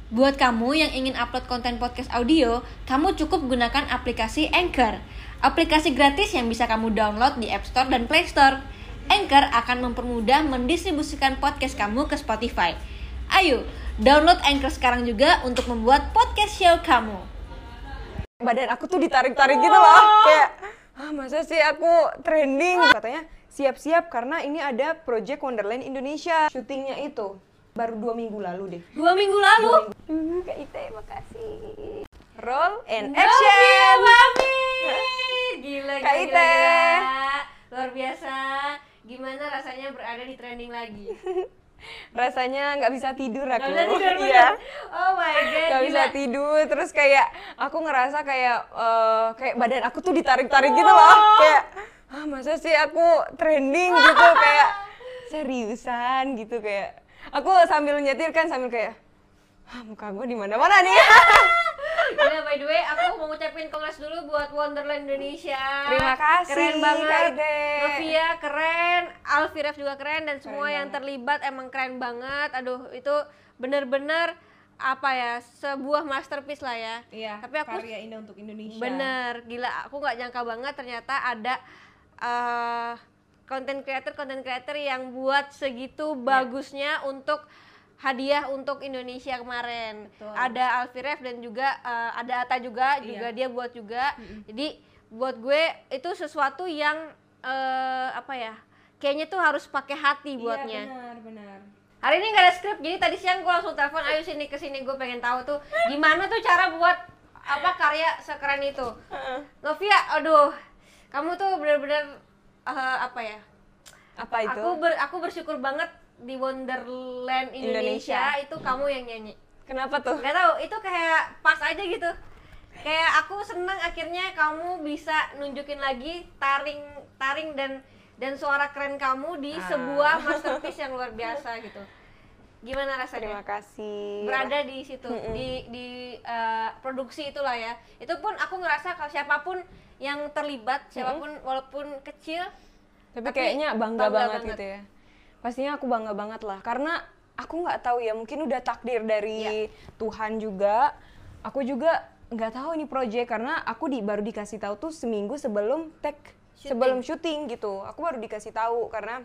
Buat kamu yang ingin upload konten podcast audio, kamu cukup gunakan aplikasi Anchor. Aplikasi gratis yang bisa kamu download di App Store dan Play Store. Anchor akan mempermudah mendistribusikan podcast kamu ke Spotify. Ayo, download Anchor sekarang juga untuk membuat podcast show kamu. Badan aku tuh ditarik-tarik gitu loh. Kayak, masa sih aku trending? Katanya, siap-siap karena ini ada Project Wonderland Indonesia. Syutingnya itu baru 2 minggu lalu deh. 2 minggu lalu? Kak Ite, makasih. Roll and action! Mami! Gila, Kak gila, Ite. gila. Luar biasa. Gimana rasanya berada di trending lagi? Rasanya nggak bisa tidur aku. Nggak bisa tidur, Iya. Oh my god, Nggak bisa tidur, terus kayak aku ngerasa kayak badan aku tuh ditarik-tarik gitu loh. Kayak, masa sih aku trending gitu, kayak seriusan gitu kayak. Aku sambil nyetir kan sambil kayak, muka gue di mana-mana nih. Gila, by the way, aku mau ngucapin congrats dulu buat Wonderland Indonesia. Terima kasih, Keren banget. Kak Ide. Novia keren, Alfiref juga keren, dan semua Keren yang banget. terlibat emang keren banget. Aduh, itu bener-bener apa ya, sebuah masterpiece lah ya. Iya, Tapi aku karya indah untuk Indonesia. bener, gila, aku nggak nyangka banget ternyata ada konten creator yang buat segitu bagusnya untuk hadiah untuk Indonesia kemarin. Betul. Ada Alfiref dan juga ada Ata juga, Iya. dia buat juga. Jadi buat gue itu sesuatu yang apa ya? Kayaknya tuh harus pakai hati buatnya. Iya, benar. Hari ini nggak ada skrip, jadi tadi siang gue langsung telepon, ayo sini kesini, gue pengen tahu tuh gimana tuh cara buat apa karya sekeren itu. Novia, aduh, kamu tuh bener-bener apa ya? Apa itu? Aku bersyukur banget di Wonderland Indonesia itu kamu yang nyanyi. Kenapa tuh? Gak tahu, itu kayak pas aja gitu. Kayak aku seneng akhirnya kamu bisa nunjukin lagi taring dan suara keren kamu di sebuah masterpiece yang luar biasa gitu. Gimana rasanya? Terima kasih. Berada di situ, di produksi itulah ya. Itu pun aku ngerasa kalau siapapun yang terlibat, siapapun walaupun kecil, Tapi kayaknya bangga banget banget gitu ya. Pastinya aku bangga banget lah, karena aku nggak tahu ya, mungkin udah takdir dari Tuhan juga. Aku juga nggak tahu ini project, karena aku baru dikasih tahu tuh seminggu sebelum sebelum syuting gitu. Aku baru dikasih tahu karena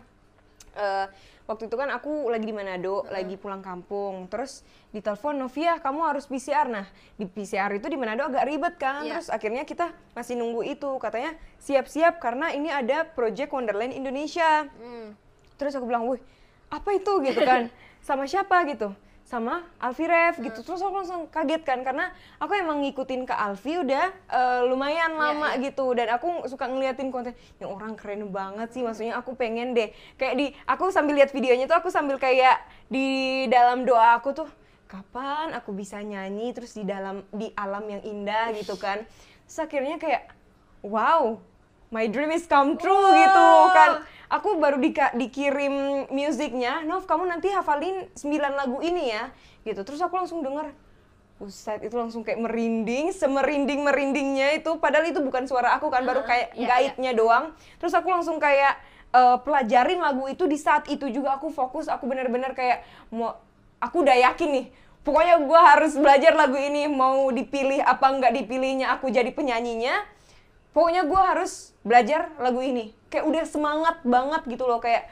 waktu itu kan aku lagi di Manado, lagi pulang kampung. Terus ditelepon, Novia, kamu harus PCR. Nah, di PCR itu di Manado agak ribet kan. Terus akhirnya kita masih nunggu itu. Katanya siap-siap karena ini ada Project Wonderland Indonesia. Terus aku bilang, wih, apa itu gitu kan? Sama siapa gitu? Sama Alfiref gitu. Terus aku langsung kaget kan, karena aku emang ngikutin Kak Alfi udah lumayan lama gitu, dan aku suka ngeliatin konten yang orang keren banget sih, maksudnya aku pengen deh kayak aku sambil lihat videonya tuh aku sambil kayak di dalam doa aku tuh, kapan aku bisa nyanyi terus di alam yang indah gitu kan. Terus akhirnya kayak wow, my dream is come true gitu kan. Aku baru dikirim musiknya, Nov kamu nanti hafalin 9 lagu ini ya gitu. Terus aku langsung denger, buset, itu langsung kayak merinding, semerinding-merindingnya itu. Padahal itu bukan suara aku kan, baru kayak guide-nya doang. Terus aku langsung kayak pelajarin lagu itu. Di saat itu juga aku fokus, aku bener-bener kayak aku udah yakin nih, pokoknya gue harus belajar lagu ini, mau dipilih apa nggak dipilihnya aku jadi penyanyinya. Pokoknya gue harus belajar lagu ini. Kayak udah semangat banget gitu loh, kayak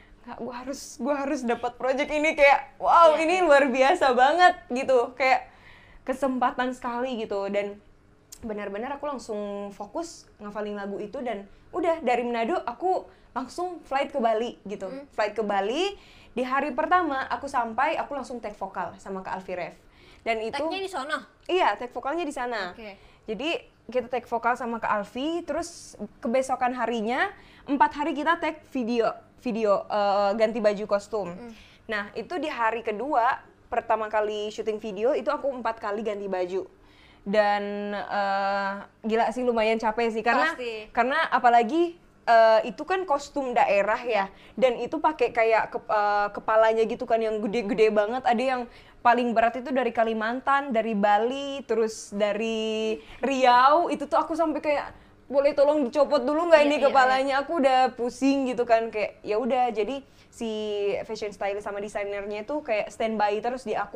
gue harus dapat project ini, kayak wow, ini luar biasa banget gitu. Kayak kesempatan sekali gitu, dan benar-benar aku langsung fokus ngafalin lagu itu. Dan udah dari Manado aku langsung flight ke Bali gitu. Flight ke Bali, di hari pertama aku sampai, aku langsung take vokal sama Kak Alfiref. Dan itu tag-nya di sono? Iya, take vokalnya di sana. Jadi kita take vokal sama Kak Alfi, terus kebesokan harinya 4 hari kita take video ganti baju kostum. Nah itu di hari kedua, pertama kali syuting video itu aku 4 kali ganti baju. Dan gila sih, lumayan capek sih, karena apalagi itu kan kostum daerah ya, dan itu pakai kayak kepalanya gitu kan yang gede-gede banget. Ada yang paling berat itu dari Kalimantan, dari Bali, terus dari Riau. Itu tuh aku sampai kayak, boleh tolong dicopot dulu nggak ini kepalanya? Aku udah pusing gitu kan, kayak ya udah. Jadi si fashion stylist sama desainernya itu kayak standby terus di aku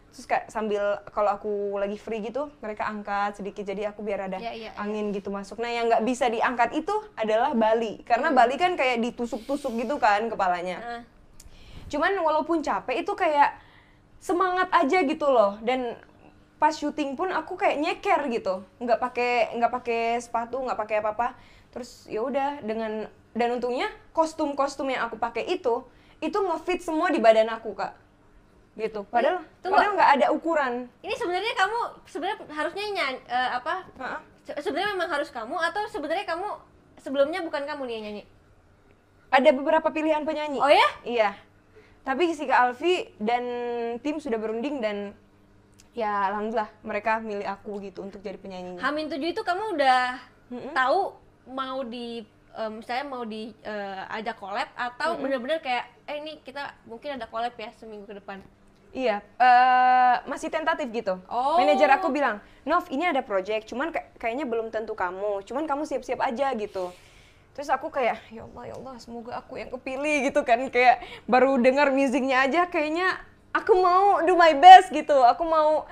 terus kayak sambil kalau aku lagi free gitu mereka angkat sedikit jadi aku biar ada angin gitu masuk. Nah yang nggak bisa diangkat itu adalah Bali karena Bali kan kayak ditusuk-tusuk gitu kan kepalanya. Cuman walaupun capek itu kayak semangat aja gitu loh, dan pas syuting pun aku kayak nyeker gitu, nggak pakai sepatu, nggak pakai apa-apa. Terus ya udah dan untungnya kostum yang aku pakai itu ngefit semua di badan aku Kak. Gitu. Padahal nggak ada ukuran. Ini sebenarnya kamu harusnya sebenarnya memang harus kamu atau sebenarnya kamu sebelumnya bukan kamu nih yang nyanyi? Ada beberapa pilihan penyanyi. Oh ya? Iya. Tapi si Kak Alfi dan tim sudah berunding dan ya alhamdulillah mereka milih aku gitu untuk jadi penyanyinya. H-7 itu kamu udah tahu mau misalnya mau ajak collab atau bener-bener kayak ini kita mungkin ada collab ya seminggu ke depan? Iya, masih tentatif gitu. Manajer aku bilang, Nov ini ada project, cuman kayaknya belum tentu kamu, cuman kamu siap-siap aja gitu. Terus aku kayak, ya Allah, semoga aku yang kepilih gitu kan. Kayak baru dengar musiknya aja kayaknya aku mau do my best gitu. Aku mau,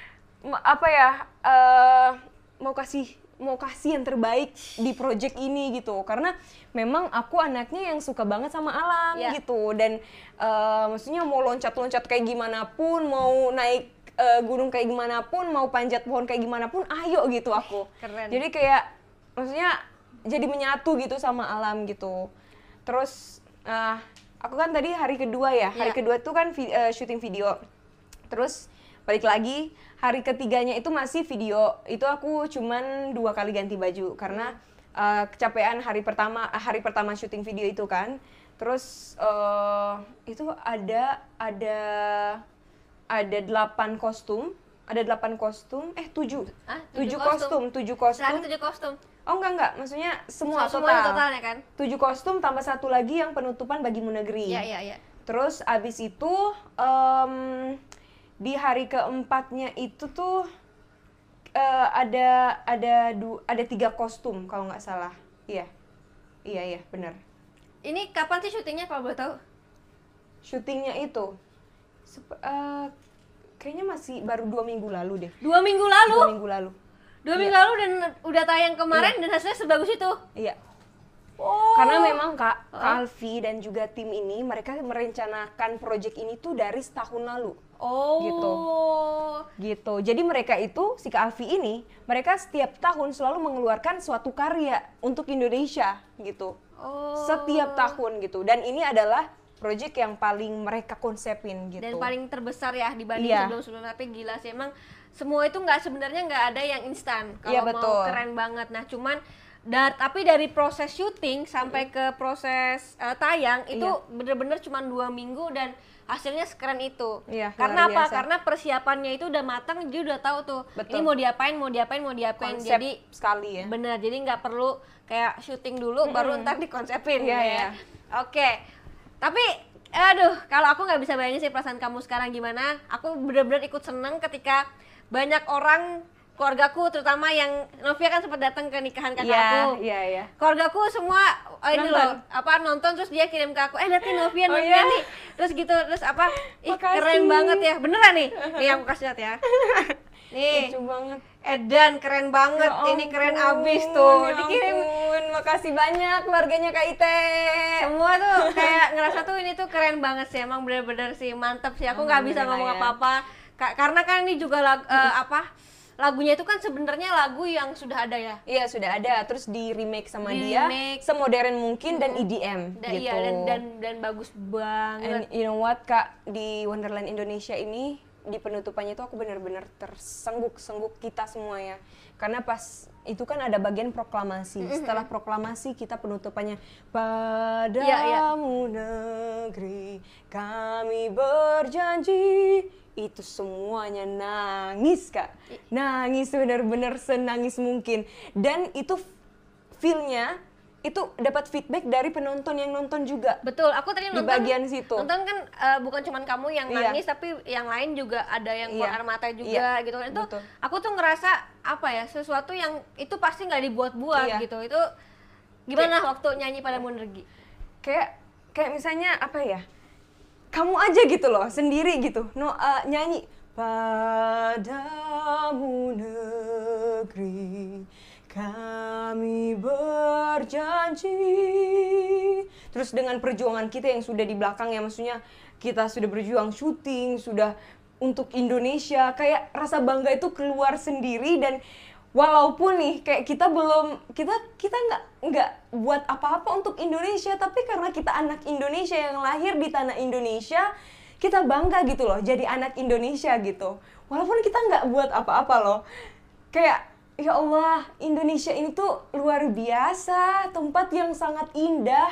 mau kasih yang terbaik di project ini gitu. Karena memang aku anaknya yang suka banget sama alam gitu. Dan maksudnya mau loncat-loncat kayak gimana pun, mau naik gunung kayak gimana pun, mau panjat pohon kayak gimana pun, ayo gitu aku. Keren. Jadi kayak maksudnya jadi menyatu gitu sama alam gitu. Terus aku kan tadi hari kedua ya. Hari kedua tuh kan syuting video. Terus balik lagi hari ketiganya itu masih video. Itu aku cuman 2 kali ganti baju karena kecapean hari pertama syuting video itu kan. Terus itu ada 8 kostum. Ada 8 kostum, 7 kostum. 7 kostum. Sehari 7 kostum. Oh enggak, maksudnya semua totalnya kan? 7 kostum tambah 1 lagi yang penutupan Bagimu Negeri. Iya. Terus abis itu di hari keempatnya itu tuh ada 3 kostum kalau nggak salah. Iya benar. Ini kapan sih syutingnya kalau boleh tahu? Syutingnya itu kayaknya masih baru 2 minggu lalu deh. 2 minggu lalu? 2 minggu lalu. 2 minggu lalu dan udah tayang kemarin dan hasilnya sebagus itu? Iya. Oh. Karena memang Kak Alfi dan juga tim ini mereka merencanakan project ini tuh dari setahun lalu. Gitu. Jadi mereka itu si Kak Alfi ini mereka setiap tahun selalu mengeluarkan suatu karya untuk Indonesia gitu. Setiap tahun gitu. Dan ini adalah project yang paling mereka konsepin gitu. Dan paling terbesar ya dibanding sebelum-sebelumnya. Tapi gila sih emang semua itu sebenarnya nggak ada yang instan kalau mau keren banget. Nah cuman tapi dari proses syuting sampai ke proses tayang itu bener-bener cuma 2 minggu dan hasilnya sekeren itu. Karena apa? Karena persiapannya itu udah matang, jadi udah tahu tuh ini mau diapain. Konsep jadi sekali ya. Bener, jadi nggak perlu kayak syuting dulu baru ntar dikonsepin. Oke. Tapi aduh, kalau aku nggak bisa bayangin sih perasaan kamu sekarang gimana. Aku bener-bener ikut seneng ketika banyak orang, keluargaku terutama yang Novia kan sempat datang ke nikahan kakakku. Iya. Keluargaku semua nonton terus dia kirim ke aku, lihat nih Novia nih. Terus gitu, terus keren banget ya. Beneran nih. Nih aku kasih lihat ya. Nih. Lucu banget. Edan keren banget. Ini keren abis tuh. Dikirim. Makasih banyak keluarganya Kak Ite. Semua tuh kayak ngerasa tuh ini tuh keren banget sih. Emang bener-bener sih mantep sih. Aku nggak bisa ngomong apa-apa. Karena kan ini juga lagunya itu kan sebenarnya lagu yang sudah ada ya? Iya sudah ada, terus di remake sama dia, semodern mungkin dan EDM gitu. Iya dan bagus banget. And you know what Kak, di Wonderland Indonesia ini di penutupannya itu aku benar-benar tersengguk kita semua ya. Karena pas itu kan ada bagian proklamasi. Setelah proklamasi kita penutupannya padamu negeri kami berjanji. Itu semuanya nangis Kak, nangis bener-bener senangis mungkin. Dan itu feel-nya itu dapat feedback dari penonton yang nonton juga. Betul, aku tadi nonton di bagian situ. Nonton kan bukan cuma kamu yang nangis, tapi yang lain juga ada yang keluar air mata juga gitu. Itu aku tuh ngerasa sesuatu yang itu pasti nggak dibuat-buat gitu. Itu gimana waktu nyanyi Padamu Negeri? Kayak misalnya kamu aja gitu loh sendiri gitu nyanyi padamu negeri kami berjanji. Terus dengan perjuangan kita yang sudah di belakang ya, maksudnya kita sudah berjuang syuting, sudah untuk Indonesia, kayak rasa bangga itu keluar sendiri. Dan walaupun nih kayak kita nggak buat apa-apa untuk Indonesia, tapi karena kita anak Indonesia yang lahir di tanah Indonesia, kita bangga gitu loh jadi anak Indonesia gitu. Walaupun kita nggak buat apa-apa loh. Kayak ya Allah, Indonesia ini tuh luar biasa, tempat yang sangat indah,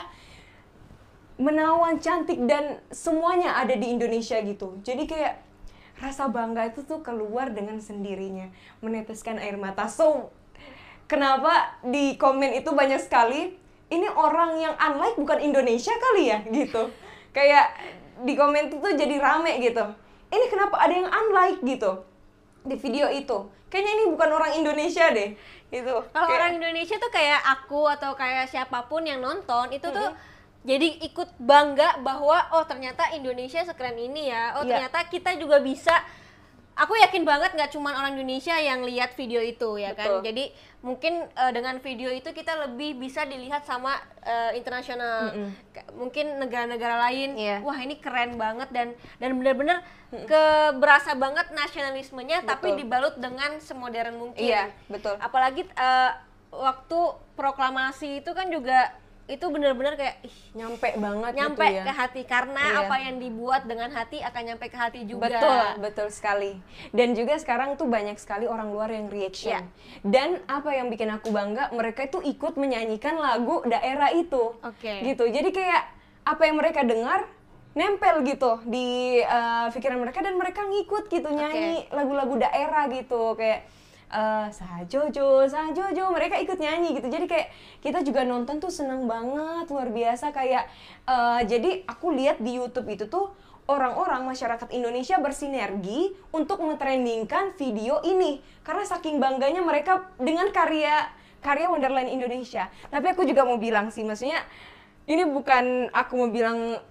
menawan, cantik, dan semuanya ada di Indonesia gitu. Jadi kayak rasa bangga itu tuh keluar dengan sendirinya, meneteskan air mata. So, kenapa di komen itu banyak sekali, ini orang yang unlike bukan Indonesia kali ya gitu. Kayak di komen itu tuh jadi rame gitu. Ini kenapa ada yang unlike gitu di video itu? Kayaknya ini bukan orang Indonesia deh gitu. Kalau orang Indonesia tuh kayak aku atau kayak siapapun yang nonton itu tuh jadi ikut bangga bahwa oh ternyata Indonesia sekeren ini ya. Oh ternyata kita juga bisa. Aku yakin banget nggak cuma orang Indonesia yang lihat video itu ya kan. Jadi mungkin dengan video itu kita lebih bisa dilihat sama internasional. Mungkin negara-negara lain. Wah ini keren banget dan benar-benar berasa banget nasionalismenya, tapi dibalut dengan semodern mungkin. Iya, betul. Apalagi waktu proklamasi itu kan juga itu benar-benar kayak nyampe banget nyampe gitu ya. ke hati karena apa yang dibuat dengan hati akan nyampe ke hati juga. Betul sekali. Dan juga sekarang tuh banyak sekali orang luar yang reaction. Dan apa yang bikin aku bangga, mereka itu ikut menyanyikan lagu daerah itu. Gitu. Jadi kayak apa yang mereka dengar nempel gitu di pikiran mereka dan mereka ngikut gitu nyanyi lagu-lagu daerah gitu kayak Sajojo, mereka ikut nyanyi gitu. Jadi kayak kita juga nonton tuh seneng banget, luar biasa kayak jadi aku lihat di YouTube itu tuh orang-orang masyarakat Indonesia bersinergi untuk nge-trendingkan video ini karena saking bangganya mereka dengan karya Wonderland Indonesia. Tapi aku juga mau bilang sih, maksudnya ini bukan aku mau bilang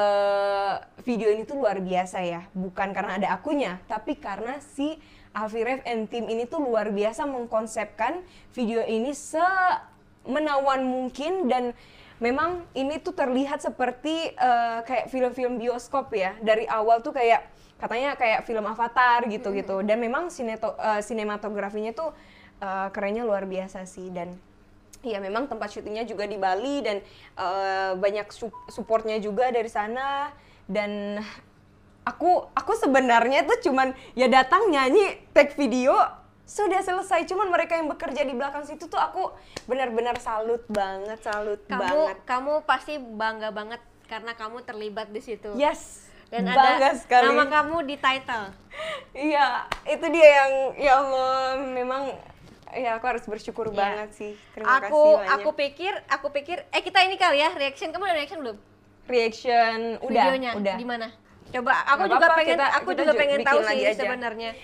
video ini tuh luar biasa ya, bukan karena ada akunya, tapi karena si Alfie Rev and Team ini tuh luar biasa mengkonsepkan video ini semenawan mungkin dan memang ini tuh terlihat seperti kayak film-film bioskop ya. Dari awal tuh kayak katanya kayak film Avatar gitu-gitu dan memang sinematografinya tuh kerennya luar biasa sih. Dan ya memang tempat syutingnya juga di Bali dan banyak supportnya juga dari sana. Dan aku sebenarnya tuh cuman ya datang nyanyi, take video, sudah selesai. Cuman mereka yang bekerja di belakang situ tuh aku benar-benar salut banget. Kamu pasti bangga banget karena kamu terlibat di situ. Yes. Dan bangga ada sekali. Nama kamu di title. Iya, itu dia yang ya Allah, memang ya aku harus bersyukur banget sih. Terima kasih banyak. Aku pikir kita ini kali ya reaction. Kamu udah reaction belum? Reaction videonya udah. Di mana? Coba aku juga pengen tahu sih sebenarnya.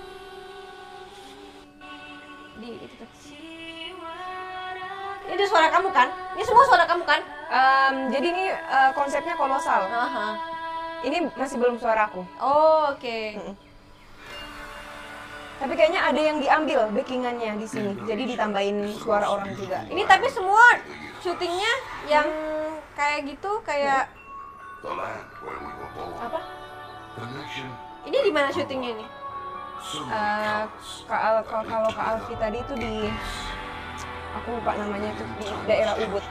Ini suara kamu kan? Ini semua suara kamu kan? Jadi ini konsepnya kolosal. Ini masih belum suara aku. Oh, oke. Tapi kayaknya ada yang diambil backingannya di sini. Jadi ditambahin suara orang juga. Ini tapi semua syutingnya yang kayak gitu kayak apa? Ini di mana syutingnya ini? Kalau Kak Alfi tadi itu di, aku lupa namanya tuh, di daerah Ubud.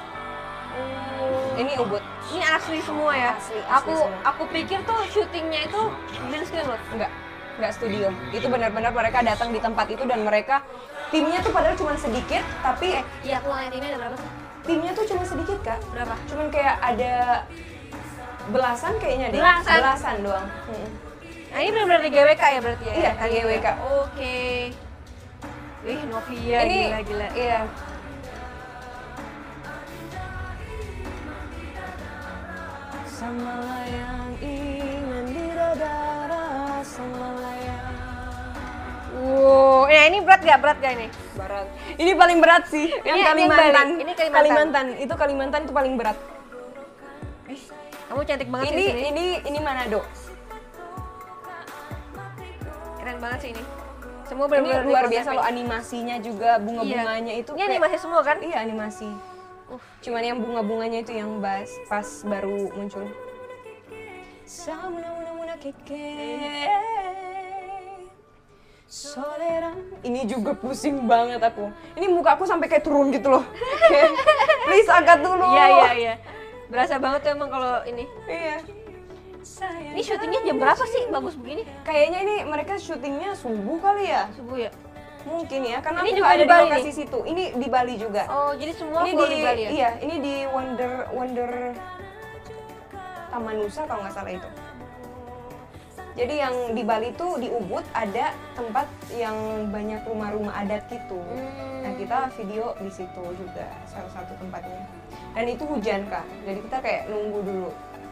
Ini Ubud. Ini asli semua ya? Asli aku pikir tuh syutingnya itu green screen loh. Enggak studio. Itu benar-benar mereka datang di tempat itu dan mereka timnya tuh padahal cuma sedikit, tapi iya aku nanya timnya ada berapa sih? Timnya tuh cuma sedikit Kak. Berapa? Cuman kayak ada belasan kayaknya deh. Belasan doang. Nah ini benar-benar di GWK ya berarti ya? Iya, di GWK. Oke. Wih, Novia ini, gila. Iya. Sama yang ingin di dada sama yang. Wow, ini berat gak ini? Berat. Ini paling berat sih. Yang Kalimantan. Ini Kalimantan. Itu Kalimantan itu paling berat. Kamu cantik banget ini Manado. banget sih ini. Semua Ini benar-benar luar biasa loh, animasinya juga, bunga-bunganya itu Ini animasi semua kan? Iya, animasi. Cuman yang bunga-bunganya itu yang pas baru muncul. Samuna keke. Soleran. Ini juga pusing banget aku. Ini muka aku sampai kayak turun gitu loh. Please angkat dulu. Iya. Berasa banget tuh emang kalau ini. Iya. Ini syutingnya jam berapa sih bagus begini? Kayaknya ini mereka syutingnya subuh kali ya. Subuh ya? Mungkin ya, karena Ini aku juga nggak ada di Bali di lokasi nih? situ. Ini di Bali juga. Oh, jadi semua Ini full di Bali ya? Iya, ini di Wonder Taman Nusa kalau nggak salah itu. Jadi yang di Bali tuh di Ubud ada tempat yang banyak rumah-rumah adat gitu. Nah kita video di situ juga salah satu tempatnya. Dan itu hujan Kak, jadi kita kayak nunggu dulu.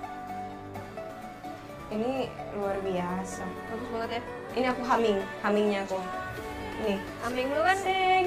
Ini luar biasa. Bagus banget ya. Ini aku hummingnya aku. Nih. Humming lu kan?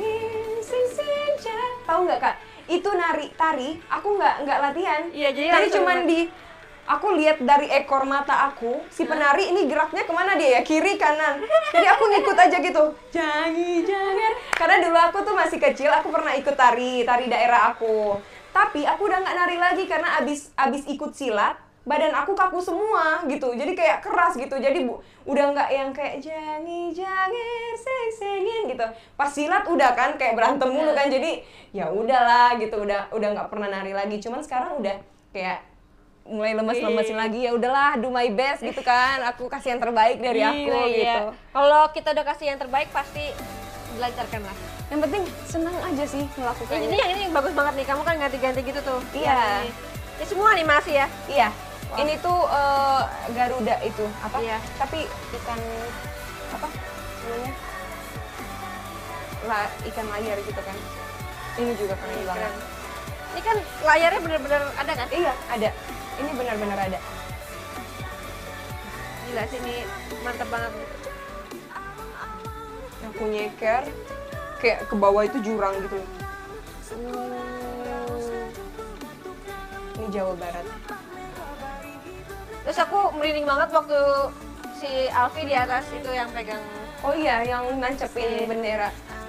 Tahu nggak Kak? Itu tari, aku nggak latihan. Iya, jadi Tadi langsung cuman aku lihat dari ekor mata aku, si penari ini geraknya kemana dia ya? Kiri, kanan. Jadi aku ngikut aja gitu. Jangan. Karena dulu aku tuh masih kecil, aku pernah ikut tari daerah aku. Tapi aku udah nggak nari lagi karena abis ikut silat, badan aku kaku semua gitu. Jadi kayak keras gitu. Jadi udah nggak yang kayak jangan seng-sengin gitu. Pas silat udah kan kayak berantem mulu kan. Jadi ya udahlah gitu. Udah nggak pernah nari lagi. Cuman sekarang udah kayak mulai lemes-lemesin lagi, ya udahlah do my best gitu kan, aku kasih yang terbaik dari aku gitu. Kalau kita udah kasih yang terbaik pasti dilancarkan lah. Yang penting senang aja sih melakukannya. Ini yang ini bagus banget nih, kamu kan ganti-ganti gitu tuh. Iya. Ini semua animasi ya? Iya. Wow. Ini tuh Garuda itu apa? Iya. Tapi ikan apa namanya? Ikan layar gitu kan. Ini juga keren banget. Ini kan layarnya bener-bener ada kan? Iya, ada. Ini benar-benar ada. Gila sih, ini mantep banget. Aku nyeker, kayak ke bawah itu jurang gitu. Ini Jawa Barat. Terus aku merinding banget waktu si Alfi di atas itu yang pegang. Oh iya, yang nancepin bendera.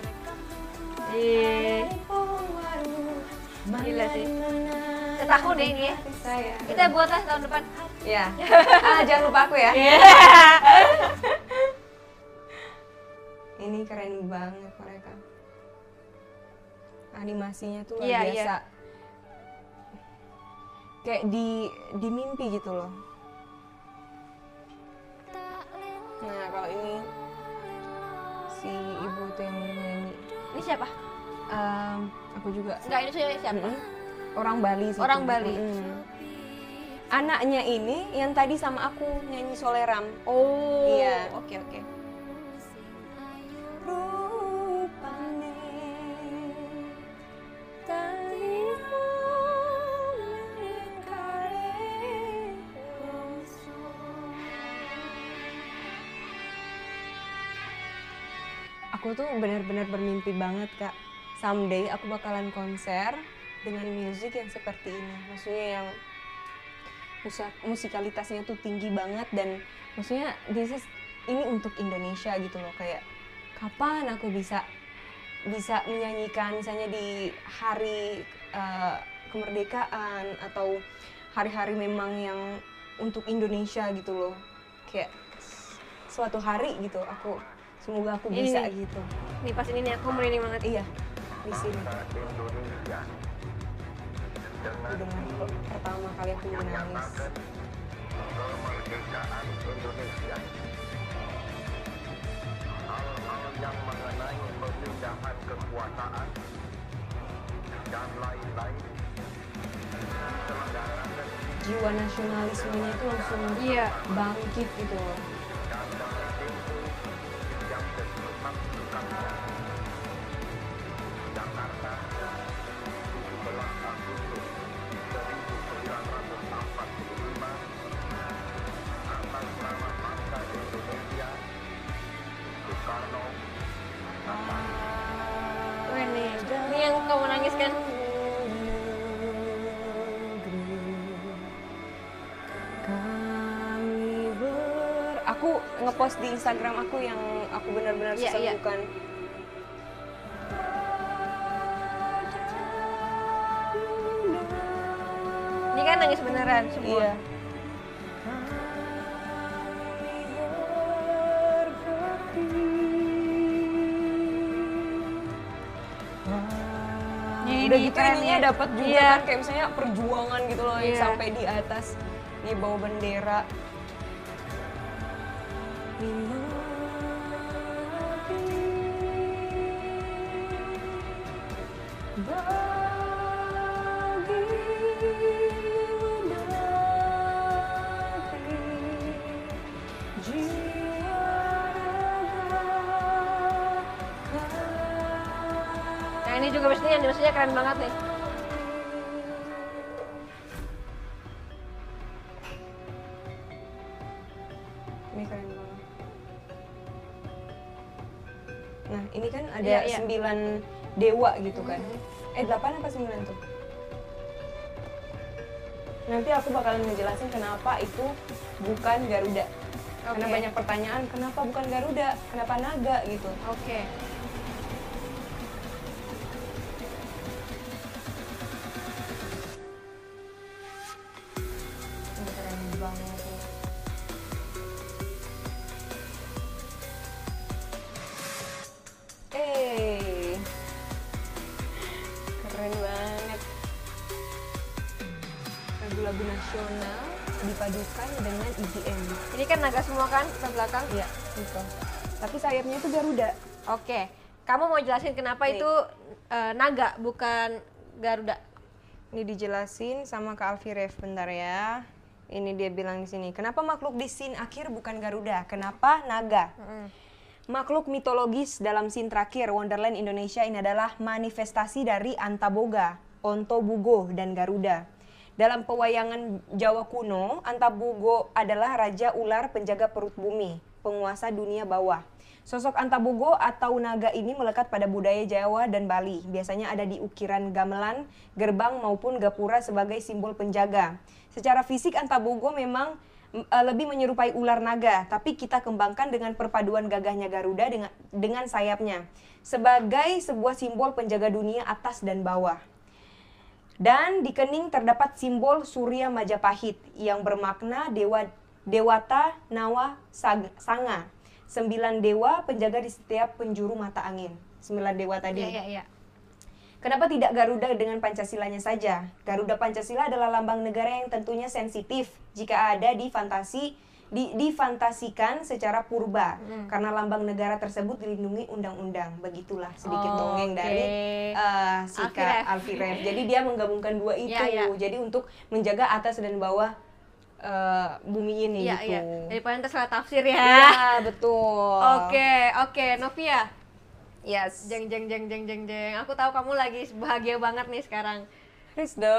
Gila sih. Setahun deh ini ya. Kita buat lah tahun depan. Ya. Jangan lupa aku ya. Ini keren banget mereka. Animasinya tuh luar biasa. Iya. Kayak di mimpi gitu loh. Nah, kalau ini si ibu tuh yang nyanyi. Ini siapa? Aku juga. Enggak, ini siapa? Orang Bali sih. Orang Bali. Anaknya ini yang tadi sama aku nyanyi Soleram. Oh. Iya. Oke. Aku tuh benar-benar bermimpi banget Kak. Someday aku bakalan konser dengan musik yang seperti ini. Maksudnya yang musikalitasnya tuh tinggi banget dan maksudnya ini untuk Indonesia gitu loh. Kayak kapan aku bisa menyanyikan misalnya di hari kemerdekaan atau hari-hari memang yang untuk Indonesia gitu loh. Kayak suatu hari gitu semoga aku bisa gitu. Nih pas ini nih aku merinding banget. Iya, di sini. Dengan pertama kali aku menangis. Kemerdekaan Indonesia. Hal-hal yang mengenai pemindahan kekuasaan dan lain-lain. Jiwa nasionalismenya itu langsung bangkit gitu loh. Ini yang kamu nangis kan? Aku ngepost di Instagram aku yang aku benar-benar Iya, iya. sesenggukan. Ini kan nangis beneran semua. Iya. Udah gitu ininya dapat juga Iya. kan kayak misalnya perjuangan gitu loh yang Iya. sampai di atas dia bawa bendera. Nah ini juga maksudnya animasinya keren banget nih. Ini keren banget. Nah, ini kan ada Iya, iya. 9 dewa gitu kan. 8 apa 9 tuh? Nanti aku bakalan ngejelasin kenapa itu bukan Garuda. Karena Oke. banyak pertanyaan, kenapa bukan Garuda? Kenapa naga gitu? Oke. Ini keren banget. Keren banget. Lagu-lagu nasional dipadukan dengan EDM. Ini kan naga semua kan ke belakang? Iya, gitu. Tapi sayapnya itu Garuda. Oke. Kamu mau jelasin kenapa Nih. itu naga bukan Garuda? Ini dijelasin sama Kak Alfirev, bentar ya. Ini dia bilang di sini, kenapa makhluk di scene akhir bukan Garuda? Kenapa naga? Makhluk mitologis dalam scene terakhir Wonderland Indonesia ini adalah manifestasi dari Antaboga, Ontobugo, dan Garuda. Dalam pewayangan Jawa kuno, Antabogo adalah raja ular penjaga perut bumi, penguasa dunia bawah. Sosok Antabogo atau naga ini melekat pada budaya Jawa dan Bali. Biasanya ada di ukiran gamelan, gerbang maupun gapura sebagai simbol penjaga. Secara fisik Antabogo memang lebih menyerupai ular naga, tapi kita kembangkan dengan perpaduan gagahnya Garuda dengan sayapnya sebagai sebuah simbol penjaga dunia atas dan bawah. Dan di kening terdapat simbol Surya Majapahit yang bermakna Dewata Nawa Sanga. 9 dewa penjaga di setiap penjuru mata angin. 9 dewa tadi. Iya. Kenapa tidak Garuda dengan Pancasilanya saja? Garuda Pancasila adalah lambang negara yang tentunya sensitif jika ada difantasikan secara purba. Karena lambang negara tersebut dilindungi undang-undang. Begitulah sedikit dongeng dari si Kak Alfirev. Jadi dia menggabungkan dua itu. Iya. Jadi untuk menjaga atas dan bawah bumi ini Iya, gitu. iya. Daripada ntar salah tafsir ya. Iya, betul. Oke, Novia. Yes. Jeng. Aku tahu kamu lagi bahagia banget nih sekarang. Please dong.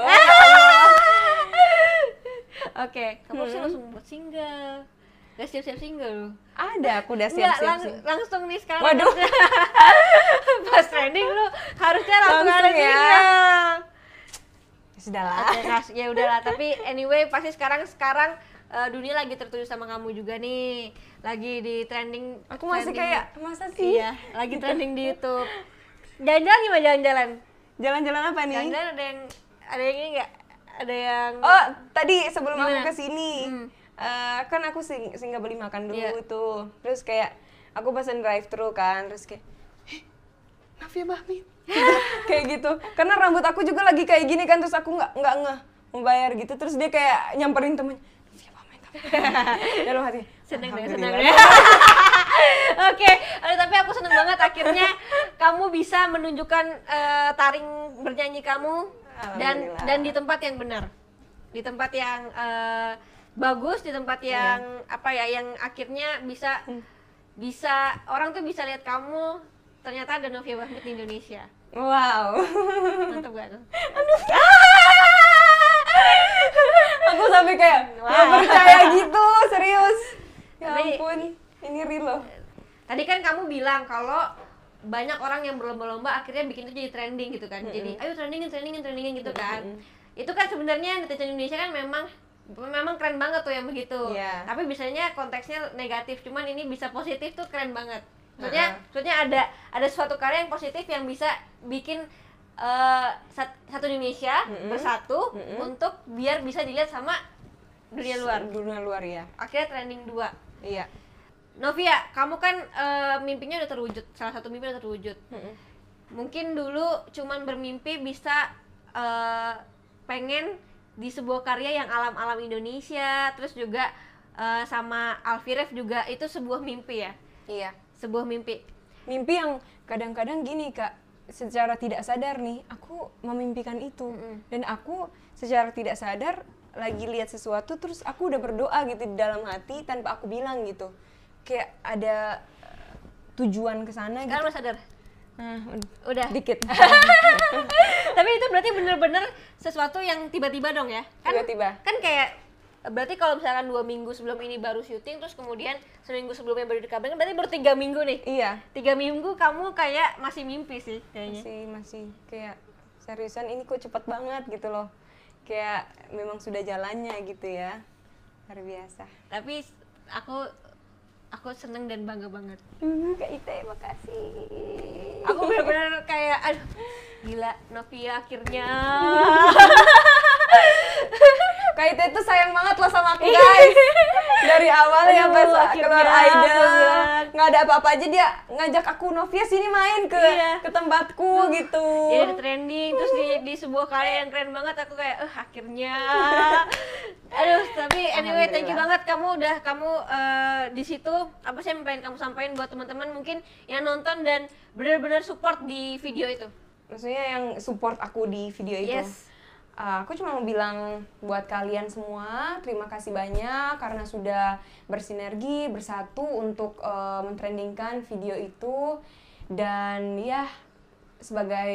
Oke, kamu sih langsung buat single. Gak siap-siap single lu. Ada, aku udah Enggak, siap-siap. langsung nih sekarang. Waduh. Pas trending lu harusnya langsung ada Langsung ya. single. Sudahlah. Oke, ya udahlah. Tapi anyway, pasti sekarang dunia lagi tertuju sama kamu juga nih. Lagi di trending. Aku masih trending- kayak, masa sih? Iya, lagi trending di YouTube. Jalan-jalan gimana jalan-jalan? Jalan-jalan apa nih? Jalan-jalan ada yang ini nggak? Ada yang Oh, tadi sebelum Gimana? aku kesini, kan aku singgah beli makan dulu Iya. tuh. Terus kayak, aku pesen drive-thru kan, terus kayak, Nafia Bahmin. Kayak gitu. Karena rambut aku juga lagi kayak gini kan, terus aku nggak ngeh mau bayar gitu. Terus dia kayak nyamperin temen, Nafia Bahmin. Dalam hati, seneng deh, alhamdulillah. seneng deh. Oke, tapi aku seneng banget akhirnya kamu bisa menunjukkan taring bernyanyi kamu Alhamdulillah. dan di tempat yang benar, di tempat yang bagus, di tempat yang apa ya, yang akhirnya bisa orang tuh bisa lihat kamu ternyata ada Novia Bahmit di Indonesia. Wow. Mantap gak tuh? Aku sampai kayak nggak percaya gitu, serius. Ya Tapi- ampun, ini real loh. Tadi kan kamu bilang kalau banyak orang yang berlomba-lomba akhirnya bikin itu jadi trending gitu kan. Jadi ayo trendingin gitu kan. Itu kan sebenarnya netizen Indonesia kan memang Memang keren banget tuh yang begitu. Iya. Tapi biasanya konteksnya negatif, cuman ini bisa positif tuh keren banget. Maksudnya ada suatu karya yang positif yang bisa bikin satu Indonesia bersatu untuk biar bisa dilihat sama dunia luar. Dunia luar ya. Akhirnya trending 2. Iya. Novia, kamu kan mimpinya udah terwujud. Salah satu mimpi udah terwujud. Mungkin dulu cuman bermimpi bisa pengen di sebuah karya yang alam-alam Indonesia, terus juga sama Alfie juga itu sebuah mimpi ya. Iya. Sebuah mimpi. Mimpi yang kadang-kadang gini Kak, secara tidak sadar nih, aku memimpikan itu. Dan aku secara tidak sadar lagi lihat sesuatu, terus aku udah berdoa gitu di dalam hati tanpa aku bilang gitu. Kayak ada tujuan ke sana gitu. Sekarang lo sadar? Udah. Dikit. Tapi itu berarti bener-bener sesuatu yang tiba-tiba dong ya? Kan, Tiba-tiba. Kan kayak, berarti kalau misalkan 2 minggu sebelum ini baru syuting, terus kemudian seminggu sebelumnya baru dikabarin, berarti baru 3 minggu nih? Iya. 3 minggu kamu kayak masih mimpi sih kayaknya. Masih kayak seriusan ini kok cepet banget gitu loh. Kayak memang sudah jalannya gitu ya. Luar biasa. Tapi aku seneng dan bangga banget. Kak Ite, makasih. Aku benar-benar kayak, aduh, gila, Novia akhirnya. Kak Ite tuh sayang banget loh sama aku guys. Dari awal ya pas keluar Idol, nggak ada apa-apa aja dia ngajak aku, Novia sini main ke tempatku gitu. Jadi trending, terus di sebuah karya yang keren banget, aku kayak, akhirnya. Aduh, tapi anyway, thank you banget kamu di situ. Apa sih yang pengen kamu sampaikan buat teman-teman mungkin yang nonton dan benar-benar support di video itu? Maksudnya yang support aku di video itu. Yes. Aku cuma mau bilang buat kalian semua, terima kasih banyak karena sudah bersinergi, bersatu untuk mentrendingkan video itu. Dan ya, sebagai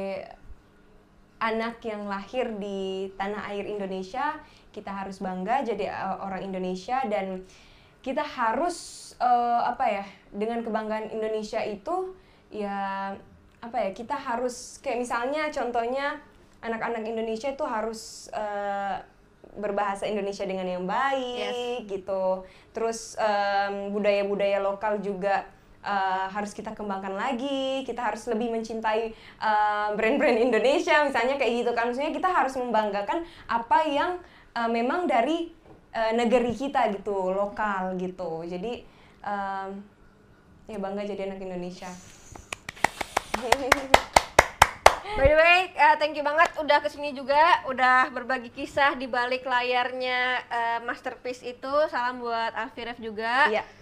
anak yang lahir di tanah air Indonesia, kita harus bangga jadi orang Indonesia, dan kita harus dengan kebanggaan Indonesia itu ya kita harus kayak misalnya contohnya anak-anak Indonesia itu harus berbahasa Indonesia dengan yang baik gitu. Terus budaya-budaya lokal juga harus kita kembangkan lagi. Kita harus lebih mencintai brand-brand Indonesia misalnya kayak gitu kan. Maksudnya kita harus membanggakan apa yang memang dari negeri kita gitu, lokal gitu. Jadi ya bangga jadi anak Indonesia. By the way, thank you banget udah kesini juga, udah berbagi kisah di balik layarnya Masterpiece itu. Salam buat Alfie juga. Iya.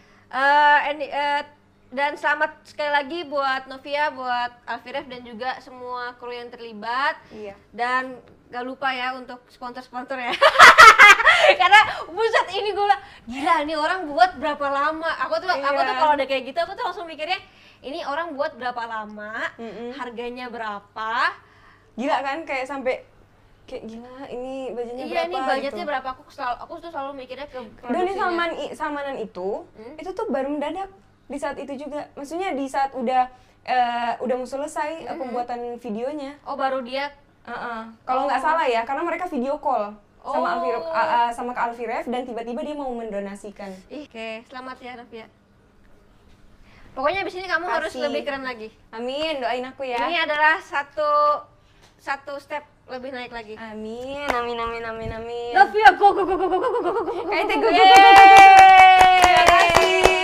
Dan selamat sekali lagi buat Novia, buat Alfie dan juga semua kru yang terlibat. Iya. Dan gak lupa ya untuk sponsor-sponsor ya. Karena buset ini gue bilang, gila ini orang buat berapa lama. Aku tuh kalau ada kayak gitu aku tuh langsung mikirnya, ini orang buat berapa lama, harganya berapa. Gila kan, kayak sampai kayak gila ini budgetnya berapa. Iya, ini budgetnya gitu. berapa, aku tuh selalu mikirnya ke Dan ini produksinya. samanan itu tuh baru mendadak di saat itu juga. Maksudnya di saat udah mau selesai pembuatan videonya. Oh, baru dia. Kalau nggak salah ya, karena mereka video call sama Kak Alfie dan tiba-tiba dia mau mendonasikan. Oke, selamat ya Novia. Pokoknya abis ini kamu harus lebih keren lagi. Amin, doain aku ya. Ini adalah satu step lebih naik lagi. Amin. Novia, go. Kayak go. Yeay. Terima kasih.